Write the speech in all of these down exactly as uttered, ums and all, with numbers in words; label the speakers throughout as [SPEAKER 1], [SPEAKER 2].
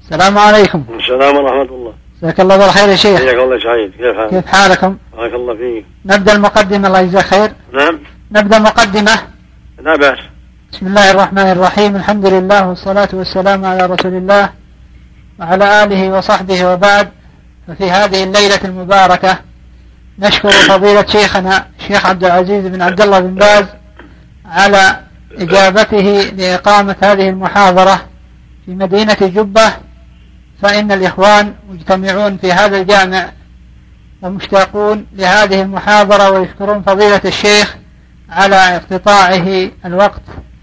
[SPEAKER 1] السلام عليكم.
[SPEAKER 2] السلام ورحمة الله.
[SPEAKER 1] جزاك الله بالخير يا شيخ.
[SPEAKER 2] حياك الله سعيد. كيف حالك؟
[SPEAKER 1] كيف حالكم؟
[SPEAKER 2] بارك الله فيك.
[SPEAKER 1] نبدأ المقدمة الله يجزاك خير.
[SPEAKER 2] نعم.
[SPEAKER 1] نبدأ مقدمة.
[SPEAKER 2] لا بأس.
[SPEAKER 1] بسم الله الرحمن الرحيم، الحمد لله والصلاة والسلام على رسول الله وعلى آله وصحبه وبعد. ففي هذه الليلة المباركة نشكر فضيلة شيخنا الشيخ عبد العزيز بن عبد الله بن باز على إجابته لإقامة هذه المحاضرة في مدينة جبة، فإن الإخوان مجتمعون في هذا الجامع ومشتاقون لهذه المحاضرة، ويشكرون فضيلة الشيخ على اقتطاعه الوقت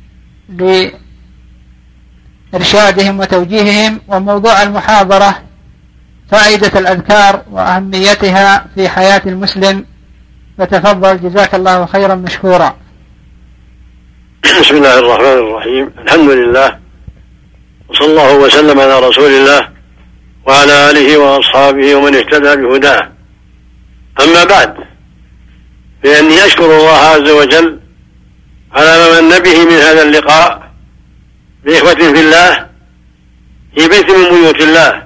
[SPEAKER 1] لإرشادهم وتوجيههم. وموضوع المحاضرة فائدة الأذكار وأهميتها في حياة المسلم، فتفضل جزاك الله خيرا مشكورا.
[SPEAKER 2] بسم الله الرحمن الرحيم، الحمد لله وصلى الله وسلم على رسول الله وعلى آله وأصحابه ومن اهتدى بهداه. أما بعد، فإني أشكر الله عز وجل على ما من به من هذا اللقاء بإخوة في الله في بيت من بيوت الله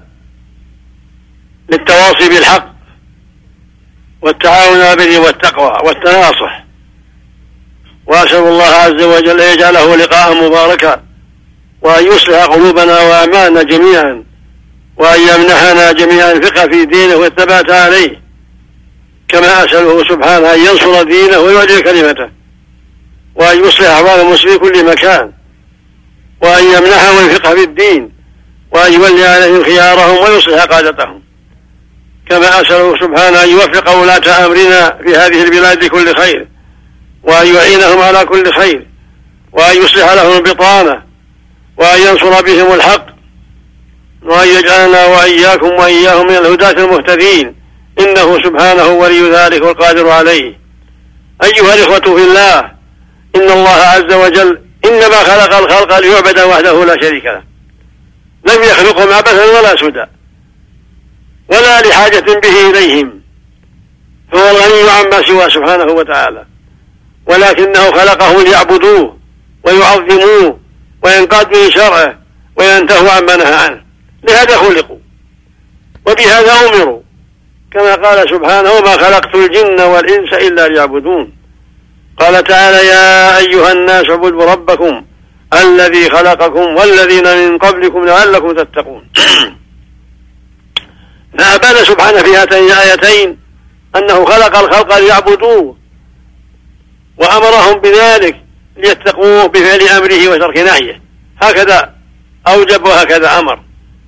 [SPEAKER 2] للتواصي بالحق والتعاون على البر والتقوى والتناصح، وأسأل الله عز وجل أن يجعله لقاء مباركا، وأن يصلح قلوبنا وأعمالنا جميعا، وأن يمنحنا جميعا الفقه في دينه والثبات عليه، كما أسأله سبحانه أن ينصر دينه ويعلي كلمته، وأن يصلح أحوال المسلمين في كل مكان، وأن يمنحهم الفقه في الدين، وأن يولي عليهم خيارهم ويصلح قادتهم، كما أسأله سبحانه أن يوفق ولاة أمرنا في هذه البلاد لكل خير، وأن يعينهم على كل خير، وأن يصلح لهم البطانة، وأن ينصر بهم الحق، وأن يجعلنا وإياكم وإياهم من الهداة المهتدين، إنه سبحانه ولي ذلك والقادر عليه. أيها الإخوة في الله، إن الله عز وجل إنما خلق الخلق ليعبد وحده لا شريك له، لم يخلقهم عبثا ولا سدى ولا لحاجة به إليهم، فهو الغني عما سواه سبحانه وتعالى، ولكنه خلقه ليعبدوه ويعظموه وينقادوا لشرعه وينتهوا عما نهى عنه، لهذا خلقوا وبهذا أمروا، كما قال سبحانه: وما خلقت الجن والإنس إلا ليعبدون. قال تعالى: يا أيها الناس اعبدوا ربكم الذي خلقكم والذين من قبلكم لعلكم تتقون. فأبان سبحانه في هاتين الآيتين أنه خلق الخلق ليعبدوه، وأمرهم بذلك ليتقوه بفعل أمره وترك نهيه، هكذا أوجب وهكذا أمر،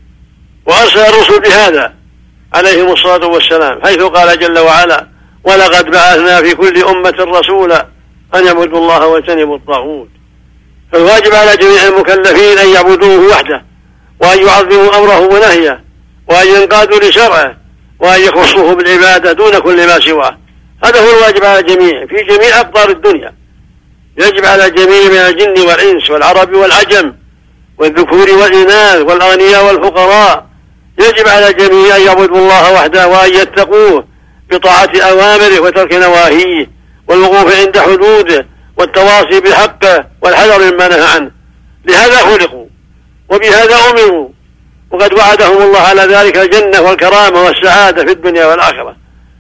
[SPEAKER 2] وأرسل الرسل بهذا عليهم الصلاة والسلام، حيث قال جل وعلا: ولقد بعثنا في كل أمة رسولا أن يعبدوا الله واجتنبوا الطاغوت. فالواجب على جميع المكلفين أن يعبدوه وحده، وأن يعظموا أمره ونهيه، وأن ينقادوا لشرعه، وأن يخصوه بالعبادة دون كل ما سواه. هذا هو الواجب على الجميع في جميع أقطار الدنيا. يجب على الجميع من الجن والإنس والعرب والعجم والذكور والإناث والأغنياء والفقراء، يجب على الجميع أن يعبدوا الله وحده، وأن يتقوه بطاعة أوامره وترك نواهيه، والوقوف عند حدوده، والتواصي بحقه والحذر مما نهى عنه. لهذا خلقوا وبهذا أمروا، وقد وعدهم الله على ذلك الجنة والكرامة والسعادة في الدنيا والآخرة،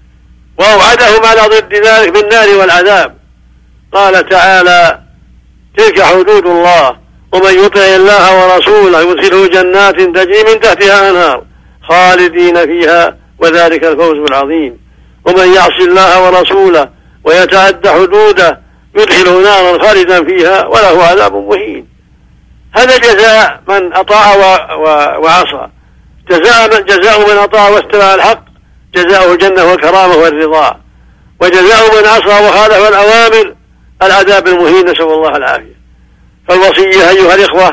[SPEAKER 2] وأوعدهم على ضد ذلك بالنار والعذاب. قال تعالى: تلك حدود الله ومن يطع الله ورسوله يدخله جنات تجري من تحتها أنهار خالدين فيها وذلك الفوز العظيم، ومن يعص الله ورسوله ويتعد حدوده يدخله نارا خالدا فيها وله عذاب مهين. هذا جزاء من أطاع وعصى، جزاء جزاء من أطاع واستمع الحق جزاؤه الجنة والكرامة والرضا، وجزاء من عصى وخالف الأوامر العذاب المهين، نسأل الله العافية. فالوصية أيها الإخوة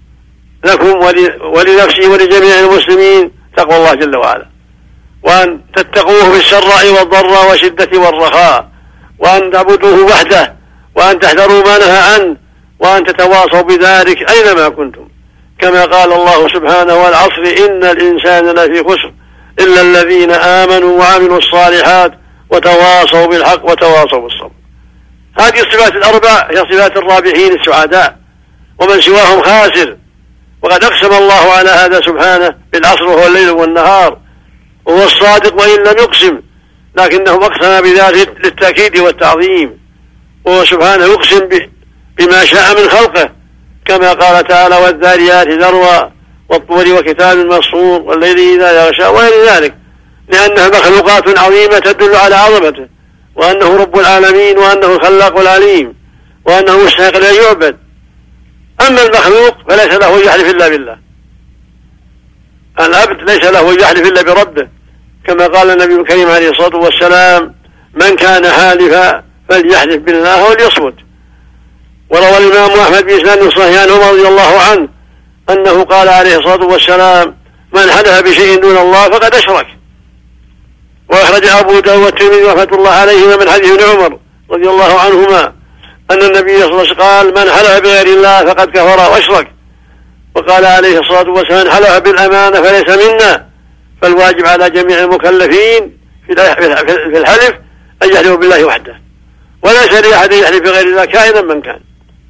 [SPEAKER 2] لكم ولنفسي ولجميع المسلمين تقوى الله جل وعلا، وأن تتقوه في السراء والضراء والشدة والرخاء، وأن تعبدوه وحده، وأن تحذروا ما نهى عنه، وأن تتواصوا بذلك أينما كنتم، كما قال الله سبحانه: والعصر إن الإنسان لفي خسر إلا الذين آمنوا وعملوا الصالحات وتواصوا بالحق وتواصوا بالصبر. هذه الصفات الأربع هي صفات الرابحين السعداء، ومن سواهم خاسر، وقد أقسم الله على هذا سبحانه بالعصر وهو الليل والنهار، وهو الصادق وإن لم يقسم، لكنه أقسم بذلك للتأكيد والتعظيم، وهو سبحانه يقسم بما شاء من خلقه، كما قال تعالى: والذاريات ذروا والطور وكتاب مسطور والليل إذا يغشى وغير ذلك، لأنها مخلوقات عظيمة تدل على عظمته، وأنه رب العالمين، وأنه الخلاق العليم، وأنه مستحق أن يعبد. أما المخلوق فليس له يحلف إلا بالله، العبد ليس له يحلف إلا بربه، كما قال النبي الكريم عليه الصلاة والسلام: من كان حالفا فليحلف بالله وليصمت. وروى الإمام أحمد بإسناد صحيح عنه رضي الله عنه أنه قال عليه الصلاة والسلام: من حلف بشيء دون الله فقد أشرك. وأخرج أبو داود والترمذي رحمة الله عليهما من حديث ابن عمر رضي الله عنهما أن النبي صلى الله عليه وسلم قال: من حلف بغير الله فقد كفر وأشرك. وقال عليه الصلاة والسلام: حلف بالأمانة فليس منا. فالواجب على جميع المكلفين في الحلف أن يحلفوا بالله وحده، وليس لأحد يحلف بغير الله كائنا من كان.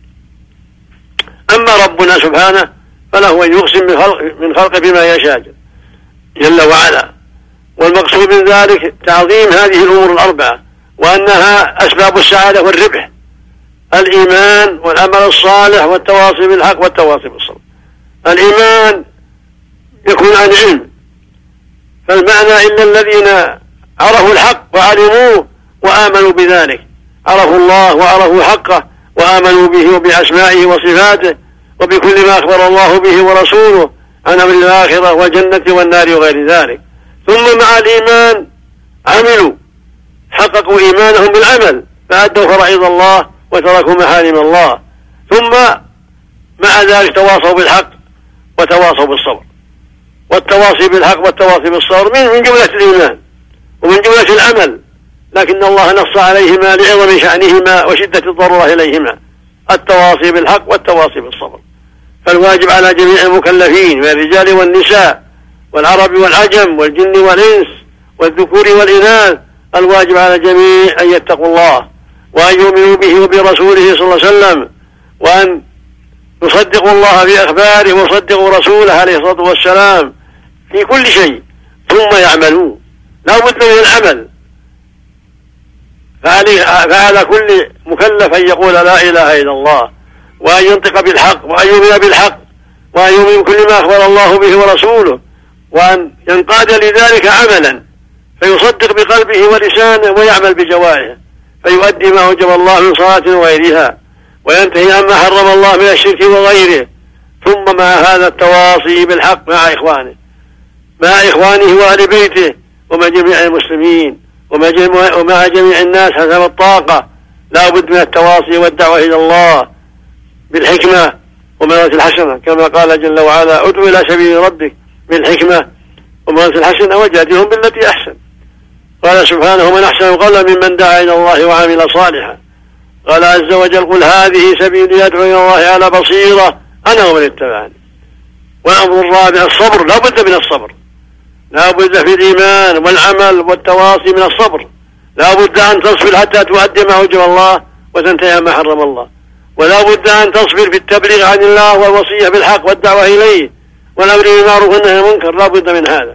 [SPEAKER 2] أما ربنا سبحانه فله أن يقسم من خلق من خلقه بما يشاء جل وعلا، والمقصود من ذلك تعظيم هذه الأمور الأربعة، وأنها أسباب السعادة والربح: الإيمان والعمل الصالح والتواصي بالحق والتواصي بالصبر. الإيمان يكون عن علم، فالمعنى إلا الذين عرفوا الحق وعلموه وآمنوا بذلك، عرفوا الله وعرفوا حقه وآمنوا به وبأسمائه وصفاته وبكل ما أخبر الله به ورسوله عن أمر الآخرة والجنة والنار وغير ذلك. ثم مع الإيمان عملوا، حققوا إيمانهم بالعمل، فأدوا فرائض الله وتركوا محارم الله. ثم مع ذلك تواصوا بالحق وتواصوا بالصبر. والتواصي بالحق والتواصي بالصبر من جملة الإيمان ومن جملة العمل، لكن الله نص عليهما لعظم شأنهما وشدة الضرورة إليهما: التواصي بالحق والتواصي بالصبر. فالواجب على جميع المكلفين من الرجال والنساء والعرب والعجم والجن والإنس والذكور والإناث، الواجب على الجميع أن يتقوا الله وأن يؤمنوا به وبرسوله صلى الله عليه وسلم، وأن يصدقوا الله في أخباره ويصدقوا رسوله عليه الصلاة والسلام في كل شيء، ثم يعملون. لا بد من العمل، فعلى كل مكلف أن يقول لا إله إلا الله، وأن ينطق بالحق، وأن يؤمن بالحق، وأن يؤمن بكل ما أخبر الله به ورسوله، وأن ينقاد لذلك عملا، فيصدق بقلبه ولسانه ويعمل بجوارحه، فيؤدي ما أوجب الله من صلاة وغيرها، وينتهي عما حرم الله من الشرك وغيره. ثم مع هذا التواصي بالحق مع إخوانه مع إخوانه وأهل بيته ومع جميع المسلمين ومع جميع الناس حسب الطاقة. لا بد من التواصي والدعوة إلى الله بالحكمة وموعظة الحسنة، كما قال جل وعلا: ادعو إلى سبيل ربك بالحكمة وموعظة الحسنة وجادلهم بالتي أحسن. قال سبحانه: من أحسن قولا ممن دعا إلى الله وعمل صالحا. قال عز وجل: قل هذه سبيلي أدعو إلى الله على بصيرة أنا ومن اتبعني. والأمر الرابع الصبر، لا بد من الصبر، لا بد في الإيمان والعمل والتواصي من الصبر. لا بد أن تصبر حتى تؤدي ما أوجب الله وتنتهي ما حرم الله، ولا بد أن تصبر في التبليغ عن الله والوصية بالحق والدعوة إليه والأمر بالمعروف والنهي عن المنكر، لا بد من هذا.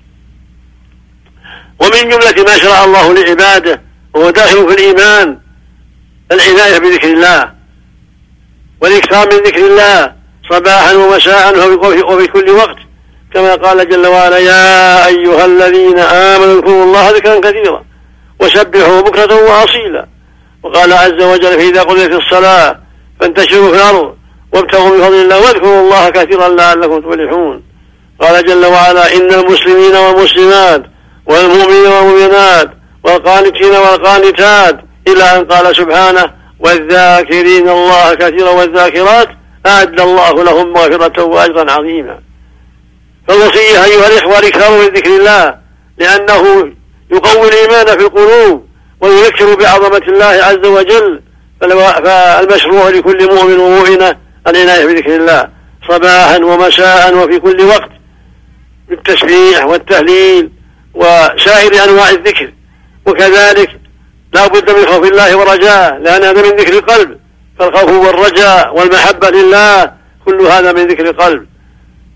[SPEAKER 2] ومن جملة ما شرع الله لعباده وهو داخل في الإيمان العناية بذكر الله والإكثار من ذكر الله صباحا ومساء وفي كل وقت، كما قال جل وعلا: يا أيها الذين آمنوا اذكروا الله ذكرا كثيرا وسبحوا بكرة وأصيلا. وقال عز وجل: فإذا قضيت الصلاة فانتشروا في الأرض وابتغوا من فضل الله واذكروا الله كثيرا لعلكم تفلحون. قال جل وعلا: إن المسلمين والمسلمات والمؤمنين والمؤمنات والقانتين والقانتات، إلى أن قال سبحانه: والذاكرين الله كثيرا والذاكرات أعد الله لهم مغفرة وأجرا عظيما. فالوصية أيها الإخوة الإكثار من ذكر الله، لأنه يقوي الإيمان في القلوب ويذكر بعظمة الله عز وجل. فالمشروع لكل مؤمن ومؤمنة العناية بذكر الله صباحا ومساء وفي كل وقت، بالتسبيح والتهليل وسائر أنواع الذكر. وكذلك لا بد من خوف الله ورجاء، لأن هذا من ذكر القلب، فالخوف والرجاء والمحبة لله كل هذا من ذكر القلب.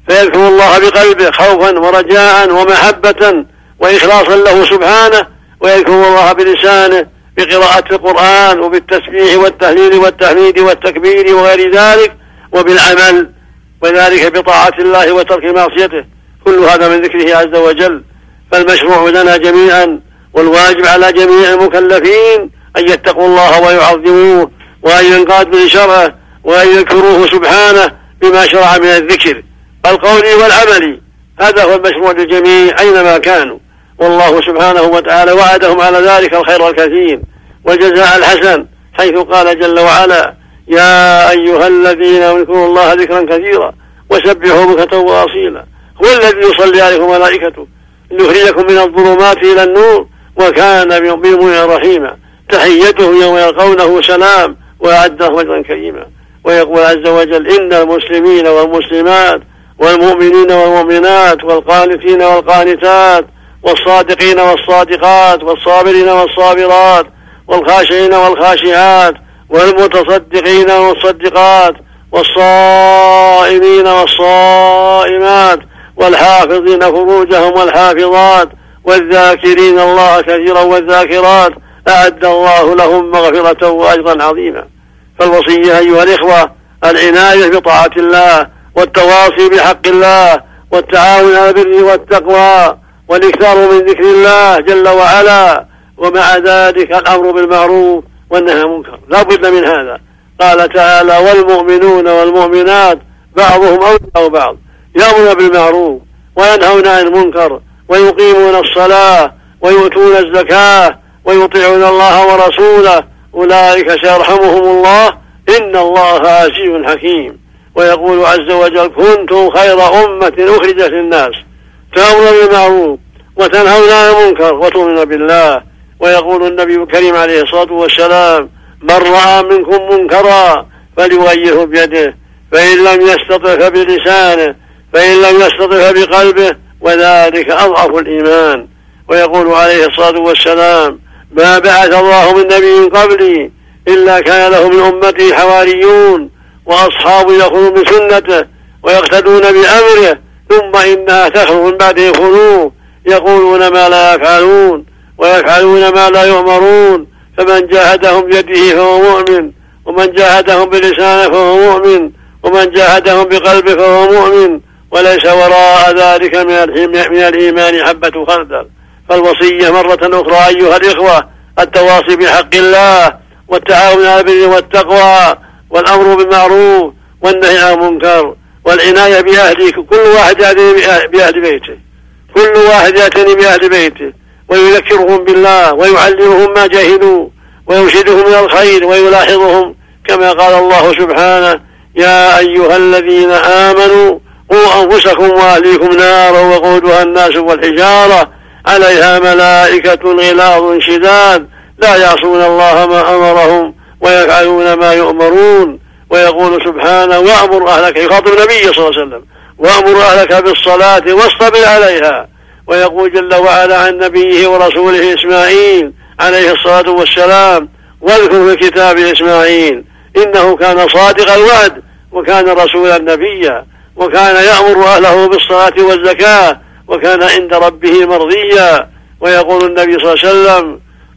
[SPEAKER 2] فيذكر الله بقلبه خوفا ورجاء ومحبة وإخلاصا له سبحانه، ويذكر الله بلسانه بقراءة القرآن وبالتسبيح والتهليل والتحميد والتكبير وغير ذلك، وبالعمل، وذلك بطاعة الله وترك معصيته. كل هذا من ذكره عز وجل. فالمشروع لنا جميعا والواجب على جميع المكلفين أن يتقوا الله ويعظموه وأن ينقادوا لشرعه وأن يذكروه سبحانه بما شرع من الذكر القول والعمل. هذا هو المشروع للجميع أينما كانوا، والله سبحانه وتعالى وعدهم على ذلك الخير الكثير والجزاء الحسن، حيث قال جل وعلا: يا أيها الذين اذكروا الله ذكرا كثيرا وسبحوا بكرة وأصيلا هو الذي يصلي عليكم وملائكته ليخرجكم من الظلمات إلى النور وكان بالمؤمنين رحيما تحيتهم يوم يلقونه سلام وأعد لهم أجرا كريما. ويقول عز وجل: إن المسلمين والمسلمات والمؤمنين والمؤمنات والقانتين والقانتات والصادقين والصادقات والصابرين والصابرات والخاشعين والخاشعات والمتصدقين والمصدقات والصائمين والصائمات والحافظين فروجهم والحافظات والذاكرين الله كثيرا والذاكرات أعد الله لهم مغفرة وأجرا عظيما. فالوصية أيها الإخوة العناية بطاعة الله والتواصي بحق الله والتعاون على البر والتقوى والإكثار من ذكر الله جل وعلا، ومع ذلك الأمر بالمعروف والنهي عن المنكر لا بد من هذا. قال تعالى: والمؤمنون والمؤمنات بعضهم أولياء بعض يأمرون بالمعروف وينهون عن المنكر ويقيمون الصلاة ويؤتون الزكاة ويطيعون الله ورسوله أولئك سيرحمهم الله إن الله عزيز حكيم. ويقول عز وجل: كنتم خير أمة أخرجت للناس تأمرون بالمعروف وتنهون عن المنكر وتؤمنون بالله. ويقول النبي الكريم عليه الصلاة والسلام: من رأى منكم منكرا فليغيره بيده فإن لم يستطع فبلسانه فإن لم يستطع فبقلبه وذلك أضعف الإيمان. ويقول عليه الصلاة والسلام: ما بعث الله من نبي قبلي إلا كان له من أمته حواريون وأصحاب يأخذون بسنته ويقتدون بأمره ثم إنها تخلف من بعده خلوف يقولون ما لا يفعلون ويفعلون ما لا يؤمرون، فمن جاهدهم بيده فهو مؤمن ومن جاهدهم بلسانه فهو مؤمن ومن جاهدهم بقلبه فهو مؤمن وليس وراء ذلك من الإيمان حبة خردل. فالوصية مرة أخرى أيها الإخوة التواصي بحق الله والتعاون على البر والتقوى والأمر بالمعروف والنهي عن المنكر والعناية بأهله. كل واحد يعتني بأهل بيته كل واحد يعتني بأهل بيته ويذكرهم بالله ويعلمهم ما جهلوا ويرشدهم إلى الخير ويلاحظهم، كما قال الله سبحانه: يا أيها الذين آمنوا قوا أنفسكم وأهليكم نارا وقودها الناس والحجارة عليها ملائكة غلاظ شداد لا يعصون الله ما أمرهم ويفعلون ما يؤمرون. ويقول سبحانه: وأمر أهلك، يخاطب النبي صلى الله عليه وسلم: وأمر أهلك بالصلاة واصطبر عليها. ويقول جل وعلا عن نبيه ورسوله إسماعيل عليه الصلاة والسلام: واذكر في الكتاب إسماعيل إنه كان صادق الوعد وكان رسولا نبيا وكان يأمر أهله بالصلاة والزكاة وكان عند ربه مرضيا. ويقول النبي صلى الله عليه وسلم: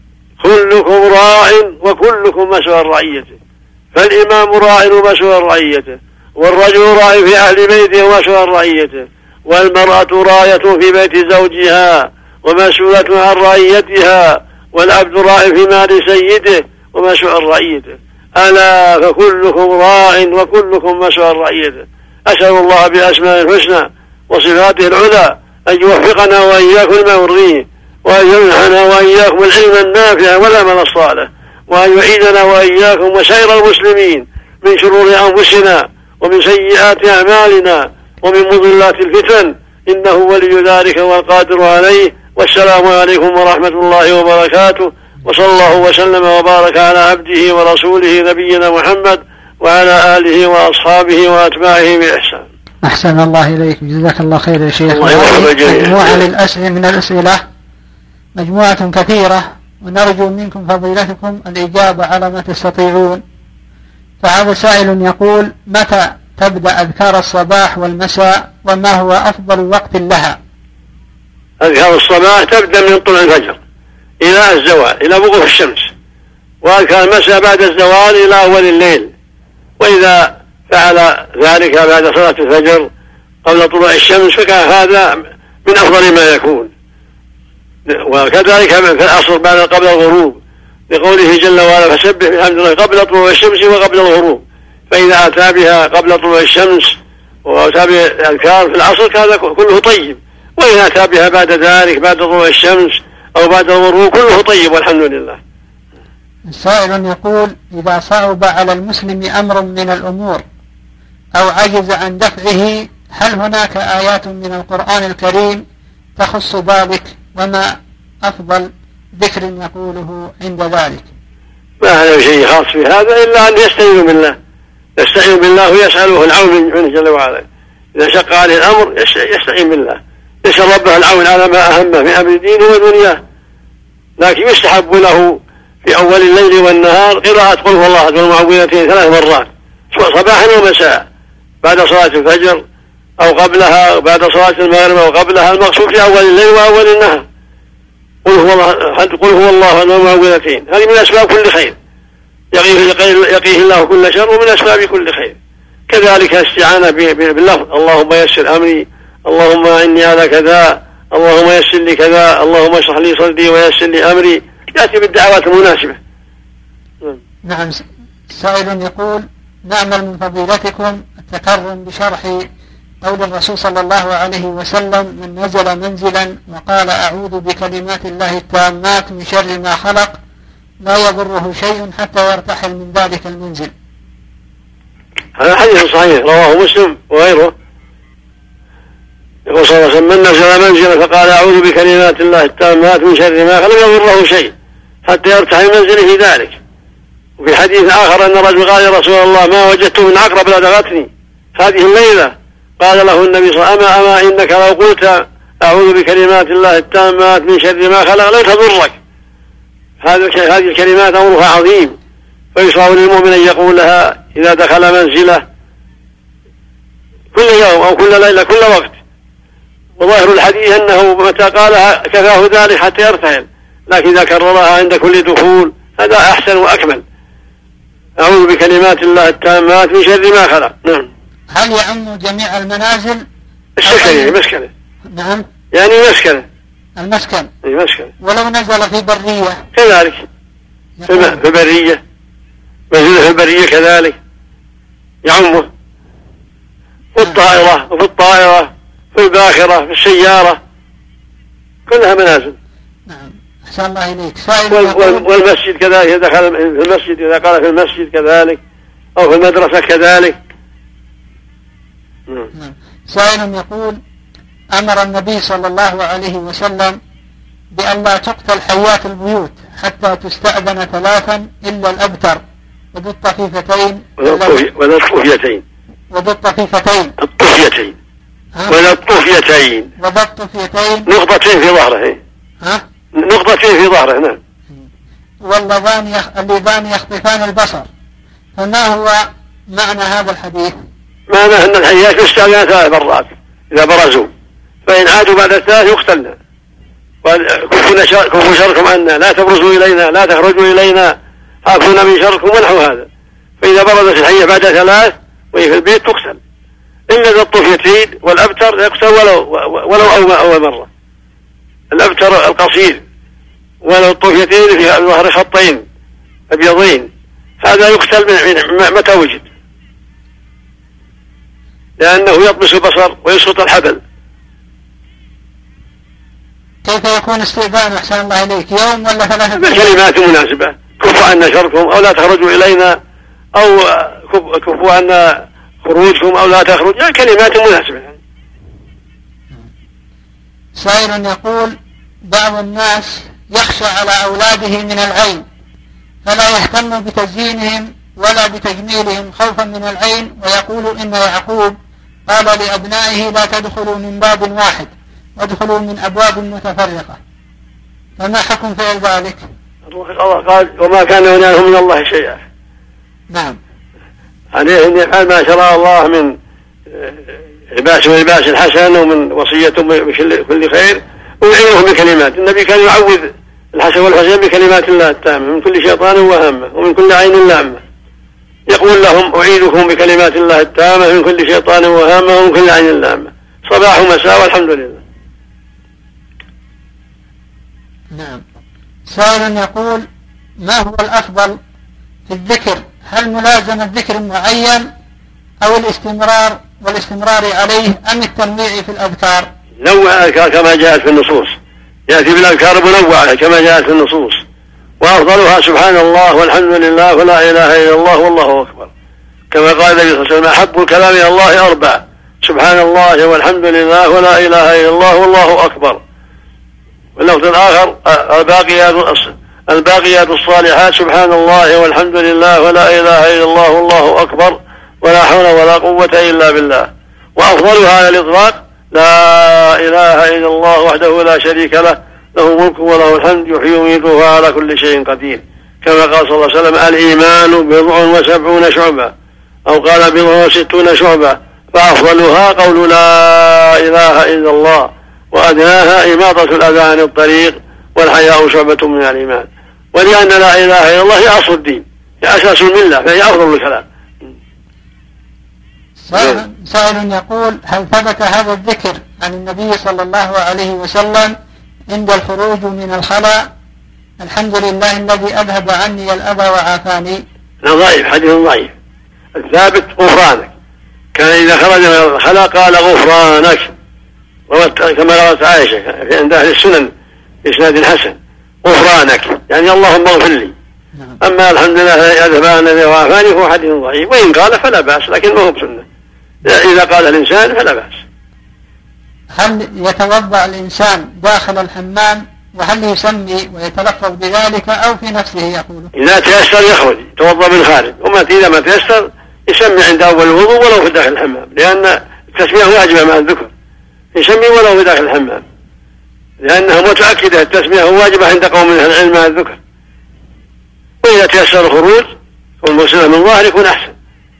[SPEAKER 2] كلكم راع وكلكم مسؤول عن رعيته. فالإمام راع ومسؤول عن رعيته، والرجل راع في أهل بيته ومسؤول عن رعيته، والمرأة راية في بيت زوجها ومسؤولة عن رعيتها، والعبد راع في مال سيده ومسؤول عن رعيته. ألا فكلكم راع وكلكم مسؤول عن رعيته. أسأل الله بأسماء الحسنى وصفاته العلى أن يوفقنا وإياكم لما يرضيه، وأن يمنحنا وإياكم العلم النافع والعمل الصالح، وأن يعيدنا وإياكم وسائر المسلمين من شرور أنفسنا ومن سيئات أعمالنا ومن مضلات الفتن، إنه ولي ذلك والقادر عليه. والسلام عليكم ورحمة الله وبركاته، وصلى الله وسلم وبارك على عبده ورسوله نبينا محمد وعلى آله وأصحابه وأتباعه بإحسان.
[SPEAKER 1] أحسن الله إليك، جزاك الله خير يا شيخ. مجموعة للأسئلة من الأسئلة مجموعة كثيرة، ونرجو منكم فضيلتكم الإجابة على ما تستطيعون. فهذا سائل يقول: متى تبدأ أذكار الصباح والمساء، وما هو أفضل وقت لها؟
[SPEAKER 2] أذكار الصباح تبدأ من طلوع الفجر إلى الزوال، إلى وقوف الشمس، وأذكار المساء بعد الزوال إلى أول الليل. وإذا فعل ذلك بعد صلاة الفجر قبل طلوع الشمس فكان هذا من أفضل ما يكون. وكذلك في العصر بعد قبل الغروب، لقوله جل وعلا فسبح بحمد الله قبل طلوع الشمس وقبل الغروب. فإذا أتى بها قبل طلوع الشمس وأتى بالأذكار في العصر هذا كله طيب، وإذا أتى بها بعد ذلك بعد طلوع الشمس أو بعد الغروب كله طيب والحمد لله.
[SPEAKER 1] سائل يقول: إذا صعب على المسلم أمر من الأمور أو عجز عن دفعه، هل هناك آيات من القرآن الكريم تخص ذلك؟ وما أفضل ذكر يقوله عند ذلك؟
[SPEAKER 2] ما هذا شيء خاص في هذا إلا أن يستعين بالله، يستعين بالله ويسأله العون منه جل وعلا. إذا شق عليه الأمر يستعين بالله، يسأل ربه العون على ما أهمه من أمر دينه ودنياه. لكن يستحب له في أول الليل والنهار قراءة قل هو الله والمعوذتين ثلاث مرات صباحا ومساء بعد صلاة الفجر أو قبلها، بعد صلاة المغرب أو قبلها، المقصود في أول الليل وأول النهار. قل هو الله قل هو الله والمعوذتين، هذه من أسباب كل خير، يقيه, يقيه الله كل شر ومن أسباب كل خير. كذلك استعانة باللفظ اللهم يسر أمري، اللهم إني على كذا، اللهم يسر لي كذا، اللهم اشرح لي صدري ويسر لي أمري، يأتي بالدعوات المناسبة.
[SPEAKER 1] نعم. سائل يقول: نعمل من فضيلتكم التكرم بشرح قول الرسول صلى الله عليه وسلم: من نزل منزلا وقال أعوذ بكلمات الله التامات من شر ما خلق لا يضره شيء حتى يرتحل من ذلك المنزل.
[SPEAKER 2] هذا حديث صحيح رواه مسلم وغيره. يقول صلى الله عليه وسلم: من نزل منزلا فقال أعوذ بكلمات الله التامات من شر ما خلق لا يضره شيء حتى يرتحل منزله في ذلك. وفي حديث آخر أن الرجل قال: يا رسول الله ما وجدت من عقرب لدغتني هذه الليلة. قال له النبي صلى الله عليه وسلم: أما, أما إنك لو قلت أعوذ بكلمات الله التامات من شر ما خلق لا تضرك. هذه الكلمات أمرها عظيم، فيشرع للمؤمن أن يقولها إذا دخل منزله كل يوم أو كل ليلة كل وقت. وظاهر الحديث أنه متى قالها كفاه ذلك حتى يرتحل، لكن إذا كررها عند كل دخول هذا أحسن وأكمل. أعوذ بكلمات الله التامات من شر ما خلق. نعم.
[SPEAKER 1] هل يعم جميع المنازل؟
[SPEAKER 2] السكن يعني مسكنة.
[SPEAKER 1] نعم
[SPEAKER 2] يعني مسكنة
[SPEAKER 1] المسكن.
[SPEAKER 2] أي مسكنة.
[SPEAKER 1] ولو نزل في برية
[SPEAKER 2] كذلك، في برية منزل في البرية كذلك يعمه، في الطائرة وفي الطائرة في الباخرة في السيارة كلها منازل.
[SPEAKER 1] نعم. أحسن الله إليك.
[SPEAKER 2] والمسجد كذلك، إذا دخل في المسجد إذا قال في المسجد كذلك أو في المدرسة كذلك.
[SPEAKER 1] نعم. سائل يقول: أمر النبي صلى الله عليه وسلم بأن لا تقتل حيات البيوت حتى تستأذن ثلاثا إلا الأبتر وذو الطفيفتين
[SPEAKER 2] وذو الطفيتين
[SPEAKER 1] وذو الطفيفتين
[SPEAKER 2] الطفيتين وذو الطفيتين
[SPEAKER 1] وذو الطفيتين
[SPEAKER 2] نقطتين في ظهره. ها؟ نقطتين في ظهره. نعم.
[SPEAKER 1] واللذان يخ... اللذان يخطفان البصر. فما هو معنى هذا الحديث؟
[SPEAKER 2] معنى أن الحيات يستأذن ثلاث مرات إذا برزوا، فإن عادوا بعد الثلاث يقتلنا. كفوا شركم عنا، لا تبرزوا إلينا، لا تخرجوا إلينا، عافونا من شركم ونحو هذا. فإذا برزت الحية بعد ثلاث وهي في البيت تقتل. إلا ذا الطفيتين والأبتر يقتل ولو ولو أول مرة. الأبتر القصير ولو الطفيتين في ظهر خطين أبيضين هذا يقتل من متى وجد، لأنه يطمس البصر ويسقط الحبل.
[SPEAKER 1] كيف يكون استئذان أحسن الله إليك؟ يوم ولا ثلاثة؟
[SPEAKER 2] بكلمات مناسبة: كفوا عنا شركم أو لا تخرجوا إلينا، أو كفوا عنا خروجكم أو لا تخرج، يعني كلمات مناسبة.
[SPEAKER 1] سائل يقول: بعض الناس يخشى على أولاده من العين فلا يهتم بتزيينهم ولا بتجميلهم خوفا من العين، ويقول إن يعقوب قال لأبنائه لا تدخلوا من باب واحد وادخلوا من أبواب متفرقة، فما حكم فعل ذلك؟
[SPEAKER 2] الله قال: وما كان ينالهم من الله شيئا.
[SPEAKER 1] نعم.
[SPEAKER 2] عليه أن يفعل ما شرع الله من لباس ولباس الحسن ومن وصية بكل خير، ويعينهم بكلمات. النبي كان يعوذ الحسن والحسين بكلمات الله التامة من كل شيطان وهامة ومن كل عين لامة. يقول لهم أعيذكم بكلمات الله التامة من كل شيطان وهامة ومن كل عين لامة، صباح ومساء والحمد لله.
[SPEAKER 1] نعم. سائل يقول: ما هو الأفضل في الذكر؟ هل ملازمة ذكر معين أو الاستمرار والاستمرار عليه أم التنويع في الأذكار؟
[SPEAKER 2] نوع الأذكار كما جاءت في النصوص، يأتي بالأذكار منوعة كما جاءت في النصوص، وأفضلها سبحان الله والحمد لله ولا إله إلا الله والله أكبر، كما قال النبي صلى الله عليه وسلم: أحب الكلام إلى الله أربع: سبحان الله والحمد لله ولا إله إلا الله والله أكبر. واللفظ الآخر: الباقيات الباقيات الصالحات: سبحان الله والحمد لله ولا إله إلا الله والله أكبر ولا حول ولا قوة إلا بالله. وأفضلها على الإطلاق: لا إله إلا الله وحده لا شريك له، له الملك وله الحمد يحيي ويميت وهو على كل شيء قدير، كما قال صلى الله عليه وسلم: الإيمان بضع وسبعون شعبة، أو قال بضع وستون شعبة، فأفضلها قول لا إله إلا الله، وأدناها إماطة الأذى عن الطريق، والحياء شعبة من الإيمان. ولأن لا إله إلا الله هي أصل الدين، هي أساس الملة، فهي أفضل الكلام.
[SPEAKER 1] سائل يقول: هل ثبت هذا الذكر عن النبي صلى الله عليه وسلم عند الخروج من الخلاء: الحمد لله الذي أذهب عني الأذى وعافاني؟
[SPEAKER 2] لا، ضعيف، حديث ضعيف. الثابت غفرانك، كان إذا خرج من الخلاء قال غفرانك، كما روت عائشة في عند أهل السنن بإسناد حسن: غفرانك يعني اللهم اغفر لي. أما الحمد لله أذهب عني وعافاني فهو حديث ضعيف، وإن قال فلا بأس، لكن ما هو بسنة. إذا قال الإنسان فلا بأس.
[SPEAKER 1] هل يتوضأ الإنسان داخل الحمام، وهل يسمي ويتلفظ بذلك أو في نفسه يقوله؟
[SPEAKER 2] إذا تيسر يخرج يتوضأ من خارج، وما إذا ما تيسر يسمي عند أول الوضوء ولو في داخل الحمام، لأن التسمية واجبة مع الذكر، يسمي ولو في داخل الحمام، لأنها متأكدة التسمية واجبة عند قوم من العلم مع الذكر. وإذا تيسر الخروج والمغسلة من ظاهر يكون أحسن.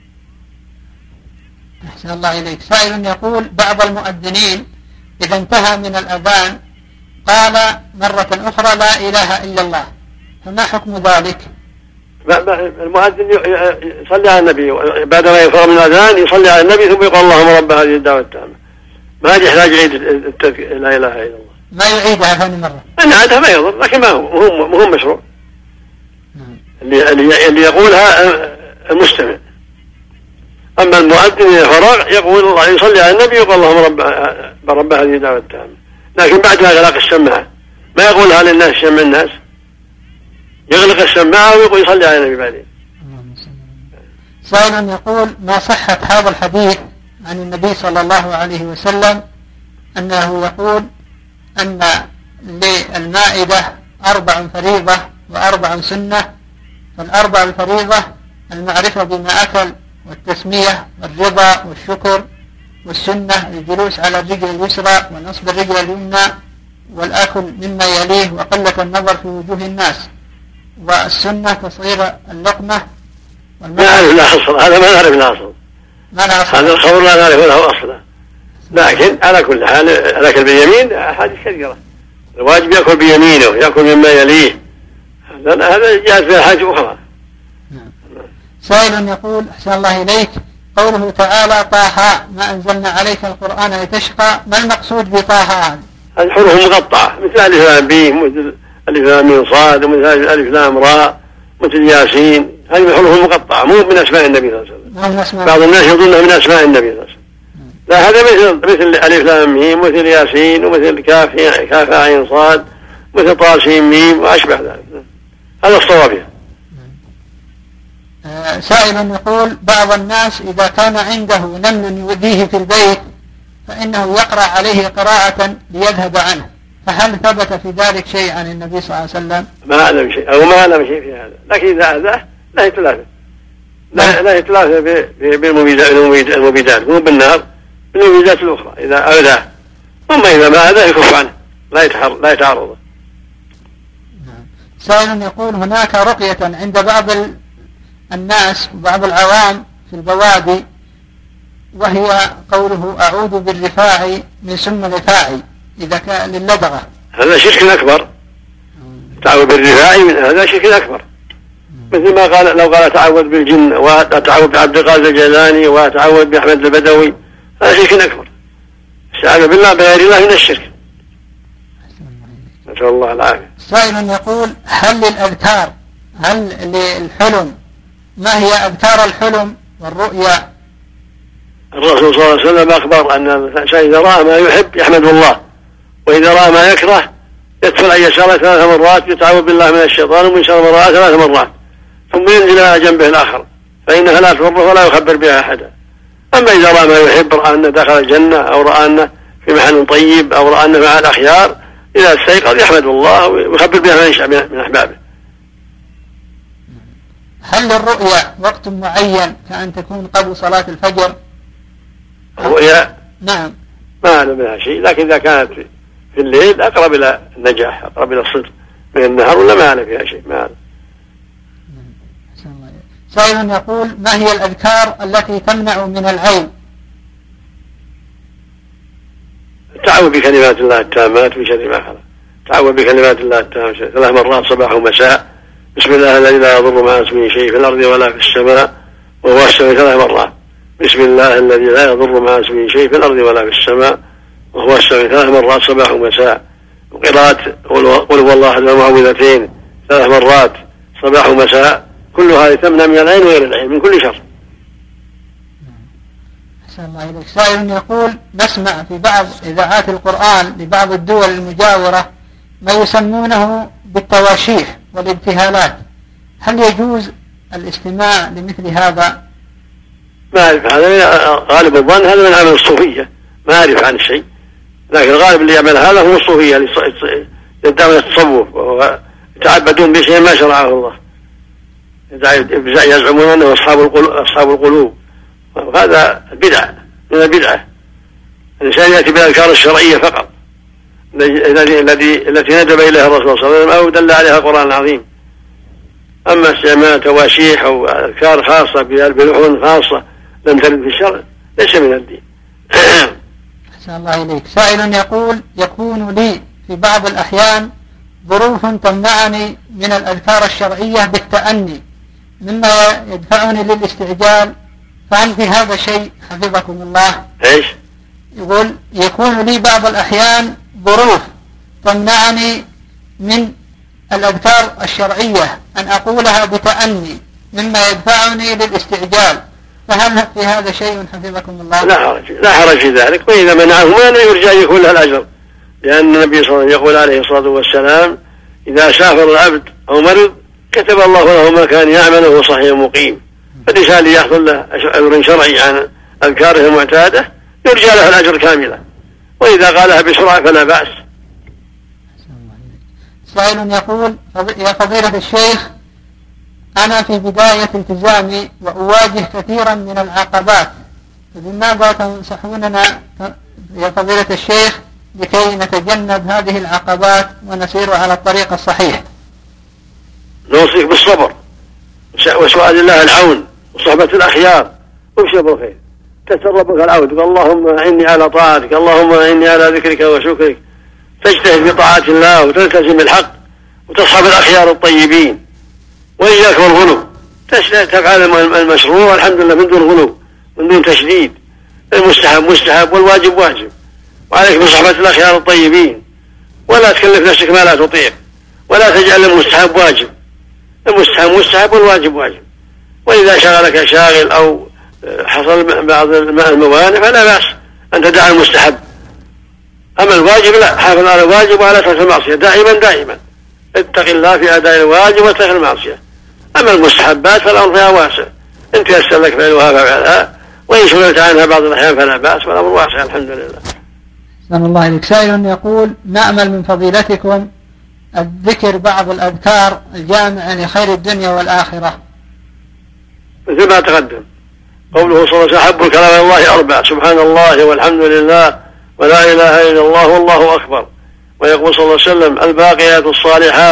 [SPEAKER 1] أحسن الله إليك. سائل يقول: بعض المؤذنين إذا انتهى من الأذان قال مرة أخرى لا إله إلا الله، فما حكم ذلك؟
[SPEAKER 2] المؤذن يصلي على النبي بعدما يفرغ من الأذان، يصلي على النبي ثم يقول: اللهم رب هذه الدعوة التامة. ما يحتاج يعيد لا إله إلا الله،
[SPEAKER 1] ما يعيدها ثاني مرة.
[SPEAKER 2] أن عادها ما يضر، لكن ما هو مهم مشروع. اللي, اللي يقولها المستمع. أما المؤذن إذا فرغ يقول الله يصلي على النبي يقول: اللهم رب رب هذه الدعوة التامة، لكن بعد ما يغلق السماعة ما يقولها للناس يسمع الناس، يغلق السماعة ويقول يصلي على النبي بعدين.
[SPEAKER 1] سائل يقول: ما صحة هذا الحديث عن النبي صلى الله عليه وسلم أنه يقول أن للمائدة أربع فريضة وأربع سنة، فالأربع الفريضة المعرفة بما أكل والتسمية والرضا والشكر، والسنة الجلوس على الرجل اليسرى ونصب الرجل اليمنى والأكل مما يليه وقلة النظر في وجوه الناس، والسنة تصغير اللقمة.
[SPEAKER 2] ما نعرف له أصل، هذا ما نعرف له أصل، هذا الخبر لا نعرف له أصلا، لكن على كل حال الأكل باليمين أحاديث كثيرة، الواجب يأكل بيمينه يأكل مما يليه، هذا جاءت في حاجة أخرى.
[SPEAKER 1] سائل يقول: أحسن الله إليك، قوله تعالى: طه ما أنزلنا عليك القرآن لتشقى، ما المقصود بطه هذا؟
[SPEAKER 2] الحروف مقطعة مثل ألف لام ب، مثل ألف لام صاد، ومثل ألف لام راء، مثل ياسين، هذه الحروف المقطعة مو من أسماء النبي صلى الله عليه وسلم. بعض الناس يظنها من أسماء النبي صلى الله عليه وسلم. لا، هذا مثل مثل ألف لام ميم، مثل ياسين، ومثل كاف كاف عين صاد، مثل طا سين ميم وأشبه ذلك. هذا الصواب فيها.
[SPEAKER 1] سائل يقول: بعض الناس إذا كان عنده نمل يؤذيه في البيت فإنه يقرأ عليه قراءة ليذهب عنه، فهل ثبت في ذلك شيء عن النبي صلى الله عليه وسلم؟
[SPEAKER 2] ما أعلم شيء أو ما أعلم شيء في هذا، لكن إذا أذاه لا يتلافى، لا لا يتلافى بالمبيدات مو بالنار، بالمبيدات الأخرى إذا أذاه. أما إذا ما أذاه يكف عنه، لا يتحر لا يتعرض.
[SPEAKER 1] سائل يقول: هناك رقية عند بعض الناس وبعض العوام في البوادي، وهي قوله أعوذ بالرفاع من سم رفاعي إذا كان للدغة.
[SPEAKER 2] هذا شرك أكبر. تعوذ بالرفاعي من هذا شرك أكبر، مثل ما قال لو قال تعوذ بالجن وتعوذ بعبد القادر الجيلاني وتعوذ بأحمد البدوي، هذا شرك أكبر. استعاذ بالله بغير الله من الشرك، نسأل الله العافية.
[SPEAKER 1] سائل يقول هل للأذكار هل للحلم ما هي أذكار الحلم والرؤيا؟
[SPEAKER 2] الرسول صلى الله عليه وسلم أخبر أن الإنسان إذا رأى ما يحب يحمد الله، وإذا رأى ما يكره يدخل أن يسأل ثلاث مرات يتعوذ بالله من الشيطان ومن شر ما رأى ثلاث مرات، ثم ينزل على جنبه الآخر فإنها لا تضره ولا يخبر بها أحدا. أما إذا رأى ما يحب، رأى أنه دخل الجنة أو رأى أنه في محل طيب أو رأى أنه مع الأخيار، إذا استيقظ يحمد الله ويخبر بها من يشاء من أحبابه.
[SPEAKER 1] هل للرؤيا وقت معين كأن تكون قبل صلاة الفجر؟
[SPEAKER 2] الرؤيا
[SPEAKER 1] نعم
[SPEAKER 2] ما أعلم بها شيء، لكن إذا كانت في الليل أقرب إلى النجاح، أقرب إلى الصدق من النهار، ولا ما أعلم فيها شيء. ما أعلم.
[SPEAKER 1] سائل يقول ما هي الأذكار التي تمنع من العين؟
[SPEAKER 2] تعوذ بكلمات الله التامات من شر ما خلق. تعوذ بكلمات الله التامات ثلاث مرات صباح ومساء. بسم الله الذي لا يضر مع اسمه شيء في الأرض ولا في السماء وهو السميع ثلاث مرات. بسم الله الذي لا يضر مع اسمه شيء في الأرض ولا في السماء وهو السميع ثلاث مرات صباح ومساء. وقراءة قل هو الله أحد المعوذتين ثلاث مرات صباح ومساء، كل هذه تمنع من العين وغير العين من كل شر.
[SPEAKER 1] أحسن الله إليك. سائل يقول نسمع في بعض إذاعات القرآن لبعض الدول المجاورة ما يسمونه بالتواشيح والابتهالات، هل يجوز الاستماع لمثل هذا؟
[SPEAKER 2] ما أعرف، هذا غالب الظن هذا من عمل الصوفية، ما أعرف عن الشيء، لكن الغالب اللي يعمل هذا هم الصوفية اللي يدعون التصوف ويتعبدون بشيء ما شرعه الله، يزعمون أنه أصحاب القلوب, أصحاب القلوب. وهذا بدعة من البدعة. الإنسان يأتي بالأذكار الشرعية فقط التي التي ندب إليها الرسول صلى الله عليه وسلم أو دل عليها القرآن العظيم. أما استعمال تواشيح أو أذكار خاصة بلحون خاصة لم ترد في الشرع ليس من الدين.
[SPEAKER 1] أحسن الله إليك. سائل يقول يكون لي في بعض الأحيان ظروف تمنعني من الأذكار الشرعية بالتأني مما يدفعني للاستعجال، فهل في هذا شيء حفظكم الله؟
[SPEAKER 2] إيش؟
[SPEAKER 1] يقول يكون لي بعض الأحيان ظروف تمنعني من الأذكار الشرعية أن أقولها بتأني مما يدفعني للاستعجال، فهل في هذا شيء حفظكم الله؟
[SPEAKER 2] لا حرج لا حرج في ذلك، وإذا منعه ما يرجع يكون له الأجر، لأن النبي صلى الله عليه وسلم يقول عليه الصلاة والسلام إذا سافر العبد أو مرض كتب الله له ما كان يعمله وهو صحيح مقيم. فالإنسان يحصل له أجر شرعي عن أذكاره المعتادة يرجى له الأجر كاملا، وإذا قالها بسرعة فلا بأس.
[SPEAKER 1] سائل يقول يا فضيلة الشيخ أنا في بداية التزامي وأواجه كثيرا من العقبات، فبماذا تنصحوننا يا فضيلة الشيخ لكي نتجنب هذه العقبات ونسير على الطريق الصحيح؟
[SPEAKER 2] نوصيك بالصبر وسؤال الله العون وصحبة الأخيار وبشر بالخير، تتربك العون، اللهم إني على طاعتك، اللهم إني على ذكرك وشكرك، تجتهد في طاعة الله وتلتزم الحق وتصحب الأخيار الطيبين، وإياك والغلو، تفعل المشروع والحمد لله من دون غلو من دون تشديد، المستحب مستحب والواجب واجب، وعليك بصحبة الأخيار الطيبين، ولا تكلف نفسك ما لا تطيق، ولا تجعل المستحب واجب، المستحب مستحب والواجب واجب. وإذا شغلك شاغل أو حصل بعض الموانع فلا بأس أن تدع المستحب، أما الواجب لا، حافظ على الواجب وعلى ترك المعصية دائما دائما، اتق الله في أداء الواجب وترك المعصية. أما المستحبات فالأمر فيها واسع، إن تيسر لك فعلها فافعلها، وإن شغلت عنها بعض الأحيان فلا بأس، والأمر واسع الحمد لله.
[SPEAKER 1] سلام الله عليك. سائل يقول نأمل من فضيلتكم الذكر بعض الأذكار الجامعة لخير الدنيا والآخرة.
[SPEAKER 2] مثل ما تقدم قوله صلى الله عليه وسلم أحب الكلام إلى الله أربع: سبحان الله والحمد لله ولا إله إلا الله والله أكبر. ويقول صلى الله عليه وسلم الباقيات الصالحات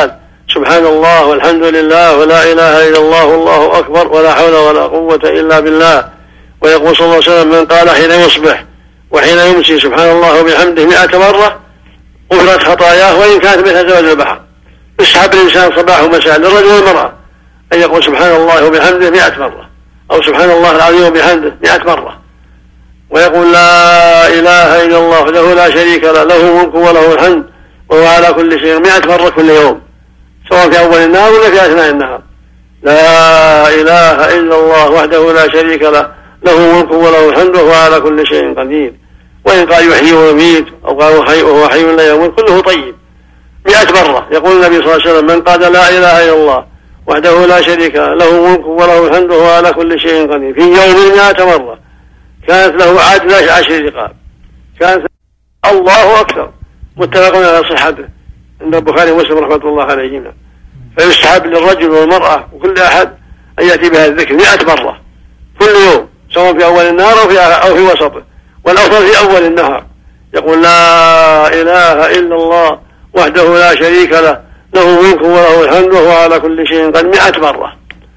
[SPEAKER 2] سبحان الله والحمد لله ولا إله إلا الله والله أكبر ولا حول ولا قوة إلا بالله. ويقول صلى الله عليه وسلم من قال حين يصبح وحين يمسي سبحان الله وبحمده مئة مرة غفرت خطاياه وإن كانت مثل زبد البحر. يسحب الإنسان صباح ومساء للرجل والمرأة أن يقول سبحان الله وبحمده مئة مرة أو سبحان الله العظيم وبحمده مئة مرة، ويقول لا إله إلا الله وحده لا شريك له له الملك وله الحمد وهو على كل شيء مئة مرة كل يوم، سواء في أول النهار ولا في أثناء النهار. لا إله إلا الله وحده لا شريك له له الملك وله الحمد وهو على كل شيء قدير. وإن قال يحيي ويميت أو قال وهو حي لا يموت كله طيب مئة مرة. يقول النبي صلى الله عليه وسلم من قال لا إله إلا الله وحده لا شريك له له الملك وله الحمد وهو على كل شيء قدير في يوم مئة مرة كانت له عدل عشر رقاب. كانت الله أكثر. متفق على صحته عند البخاري ومسلم رحمة الله عليهما. فيستحب للرجل والمرأة وكل أحد أن يأتي بهذا الذكر مئة مرة كل يوم، سواء في أول النهار أو في, أو في وسطه، والأفضل في أول النهار. يقول لا إله إلا الله وحده لا شريك له له الملك وله الحمد وهو على كل شيء قدير مئة مرة.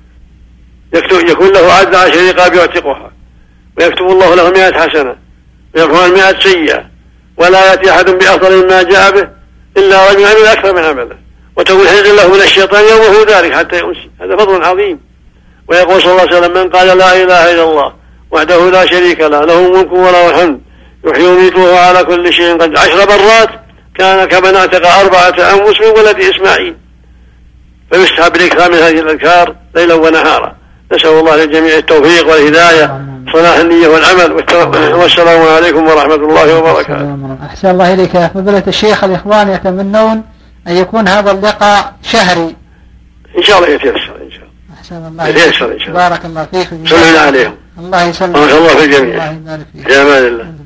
[SPEAKER 2] يكون له عدل عشر رقاب يعتقها، ويكتب الله له مئة حسنة ويغفر مئة سيئة، ولا يأتي أحد بأفضل مما جاء به إلا رجل عمل أكثر من عمله، وتكون حزن له من الشيطان يومه ذلك حتى يمسي. هذا فضل عظيم. ويقول صلى الله عليه وسلم من قال لا إله إلا الله وحده لا شريك له له الملك وله الحمد يحيي ويميت وهو على كل شيء قدير عشر مرات كان كمن اعتق أربعة أنفس من ولد إسماعيل. فيستحب الإكثار من هذه الأذكار ليلا ونهارا. نسأل الله للجميع التوفيق والهداية صلاح النية والعمل. والسلام عليكم ورحمة الله وبركاته.
[SPEAKER 1] أحسن الله إليك يا فضيلة الشيخ. الإخوان يتمنون أن يكون هذا اللقاء شهري
[SPEAKER 2] إن شاء الله يتيسر إن شاء الله.
[SPEAKER 1] أحسن الله
[SPEAKER 2] يتيسر إن شاء الله.
[SPEAKER 1] بارك الله فيك.
[SPEAKER 2] سلمنا عليهم.
[SPEAKER 1] الله يسلمك.
[SPEAKER 2] بارك الله في الجميع.
[SPEAKER 1] الله يبارك فيك.
[SPEAKER 2] في أمان الله.